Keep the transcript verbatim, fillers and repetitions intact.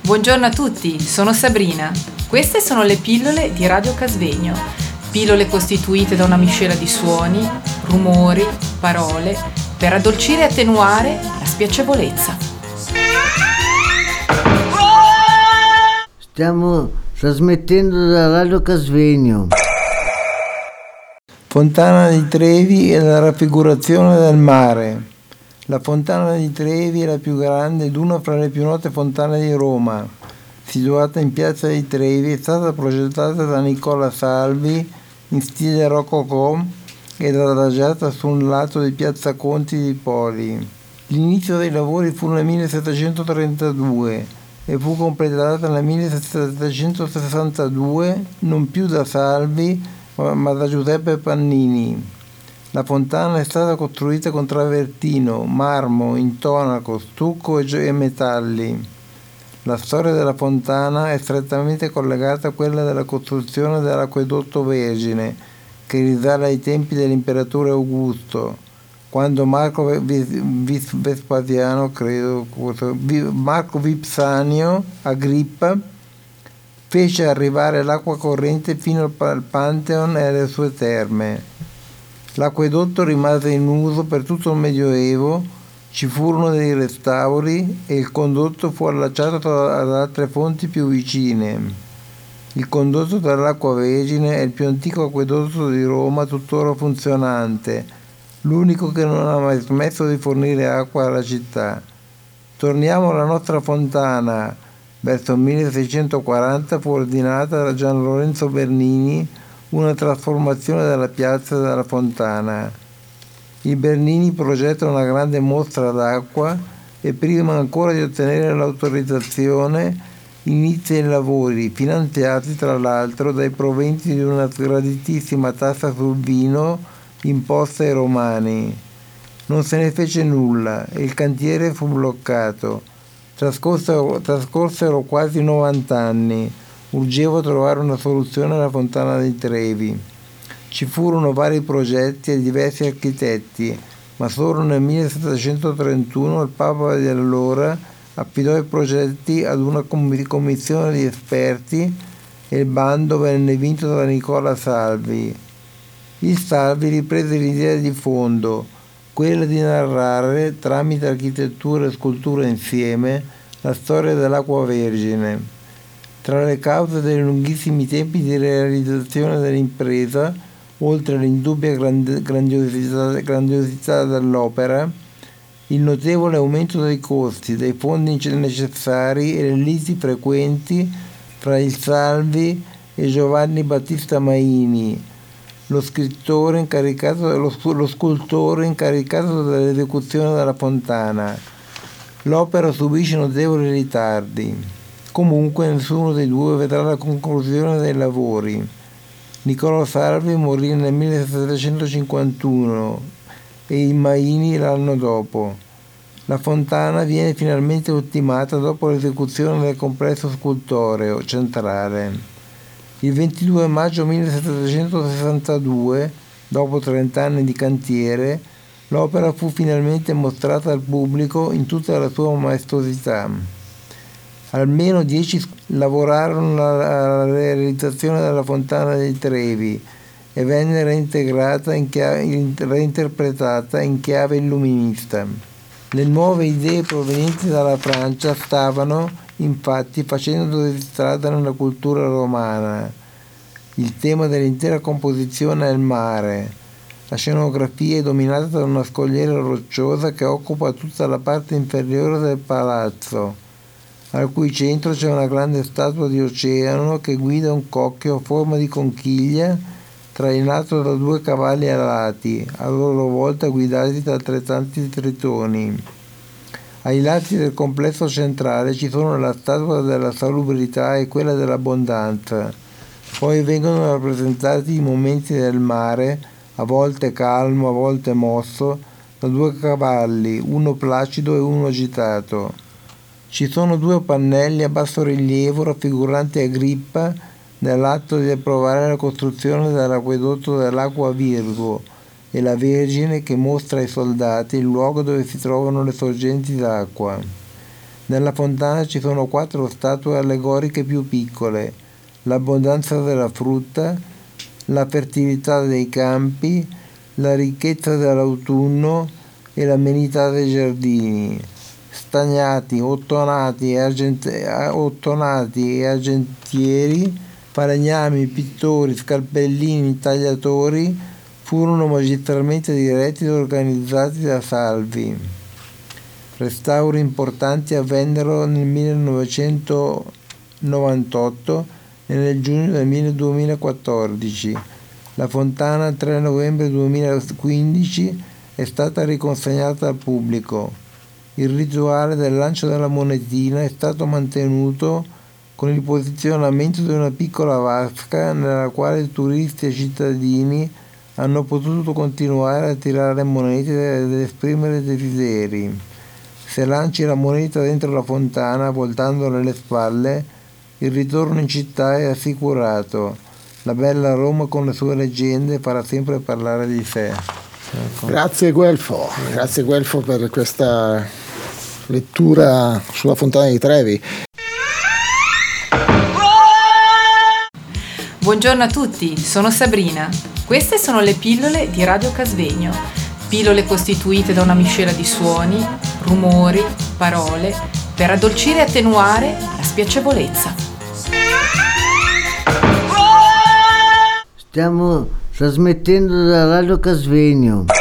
Buongiorno a tutti, sono Sabrina. Queste sono le pillole di Radio Casvegno. Pillole costituite da una miscela di suoni, rumori, parole, per addolcire e attenuare la spiacevolezza. Stiamo trasmettendo da Radio Casvegno. Fontana di Trevi è la raffigurazione del mare. La Fontana di Trevi è la più grande ed una fra le più note fontane di Roma. Situata in piazza di Trevi, è stata progettata da Nicola Salvi in stile rococò ed adagiata su un lato di piazza Conti di Poli. L'inizio dei lavori fu nel millesettecentotrentadue e fu completata nel millesettecentosessantadue non più da Salvi ma da Giuseppe Pannini. La fontana è stata costruita con travertino, marmo, intonaco, stucco e metalli. La storia della fontana è strettamente collegata a quella della costruzione dell'Acquedotto Vergine, che risale ai tempi dell'imperatore Augusto, quando Marco Vespasiano, credo, Marco Vipsanio Agrippa fece arrivare l'acqua corrente fino al Pantheon e alle sue terme. L'acquedotto rimase in uso per tutto il Medioevo, ci furono dei restauri e il condotto fu allacciato ad altre fonti più vicine. Il condotto dell'Acqua Vergine è il più antico acquedotto di Roma tuttora funzionante, l'unico che non ha mai smesso di fornire acqua alla città. Torniamo alla nostra fontana. Verso il milleseicentoquaranta fu ordinata da Gian Lorenzo Bernini una trasformazione della piazza della fontana. I Bernini progettano una grande mostra d'acqua e prima ancora di ottenere l'autorizzazione inizia i lavori, finanziati tra l'altro dai proventi di una sgraditissima tassa sul vino imposta ai romani. Non se ne fece nulla e il cantiere fu bloccato. Trascorsero, trascorsero quasi novanta anni. Urgeva trovare una soluzione alla Fontana di Trevi. Ci furono vari progetti e diversi architetti, ma solo nel millesettecentotrentuno il Papa di allora affidò i progetti ad una commissione di esperti e il bando venne vinto da Nicola Salvi. Il Salvi riprese l'idea di fondo, quella di narrare, tramite architettura e scultura insieme, la storia dell'Acqua Vergine. Tra le cause dei lunghissimi tempi di realizzazione dell'impresa, oltre all'indubbia grandiosità, grandiosità dell'opera, il notevole aumento dei costi, dei fondi necessari e le liti frequenti fra il Salvi e Giovanni Battista Maini, lo scrittore incaricato, lo, lo scultore incaricato dell'esecuzione della fontana. L'opera subisce notevoli ritardi. Comunque nessuno dei due vedrà la conclusione dei lavori. Nicola Salvi morì nel millesettecentocinquantuno e i Maini l'anno dopo. La fontana viene finalmente ultimata dopo l'esecuzione del complesso scultoreo centrale. Il ventidue maggio millesettecentosessantadue, dopo trent'anni di cantiere, l'opera fu finalmente mostrata al pubblico in tutta la sua maestosità. Almeno dieci lavorarono alla realizzazione della Fontana di Trevi e venne reintegrata in chiave, reinterpretata in chiave illuminista. Le nuove idee provenienti dalla Francia stavano, infatti, facendo di strada nella cultura romana. Il tema dell'intera composizione è il mare. La scenografia è dominata da una scogliera rocciosa che occupa tutta la parte inferiore del palazzo, al cui centro c'è una grande statua di oceano che guida un cocchio a forma di conchiglia trainato da due cavalli alati, a loro volta guidati da altrettanti tritoni. Ai lati del complesso centrale ci sono la statua della salubrità e quella dell'abbondanza. Poi vengono rappresentati i momenti del mare, a volte calmo, a volte mosso, da due cavalli, uno placido e uno agitato. Ci sono due pannelli a basso rilievo raffiguranti Agrippa nell'atto di approvare la costruzione dell'acquedotto dell'Acqua Virgo e la Vergine che mostra ai soldati il luogo dove si trovano le sorgenti d'acqua. Nella fontana ci sono quattro statue allegoriche più piccole: l'abbondanza della frutta, la fertilità dei campi, la ricchezza dell'autunno e l'amenità dei giardini. Stagnati, ottonati e, argent- ottonati e argentieri, falegnami, pittori, scalpellini, tagliatori furono magistralmente diretti e organizzati da Salvi. Restauri importanti avvennero nel millenovecentonovantotto e nel giugno del duemilaquattordici. La fontana il tre novembre duemilaquindici è stata riconsegnata al pubblico. Il rituale del lancio della monetina è stato mantenuto con il posizionamento di una piccola vasca nella quale turisti e cittadini hanno potuto continuare a tirare monete ed esprimere desideri. Se lanci la moneta dentro la fontana, voltandola alle spalle, il ritorno in città è assicurato. La bella Roma con le sue leggende farà sempre parlare di sé. Ecco. Grazie Guelfo, grazie Guelfo per questa lettura sulla Fontana di Trevi. Buongiorno a tutti, sono Sabrina. Queste sono le pillole di Radio Casvegno. Pillole costituite da una miscela di suoni, rumori, parole, per addolcire e attenuare la spiacevolezza. Stiamo trasmettendo da Radio Casvegno.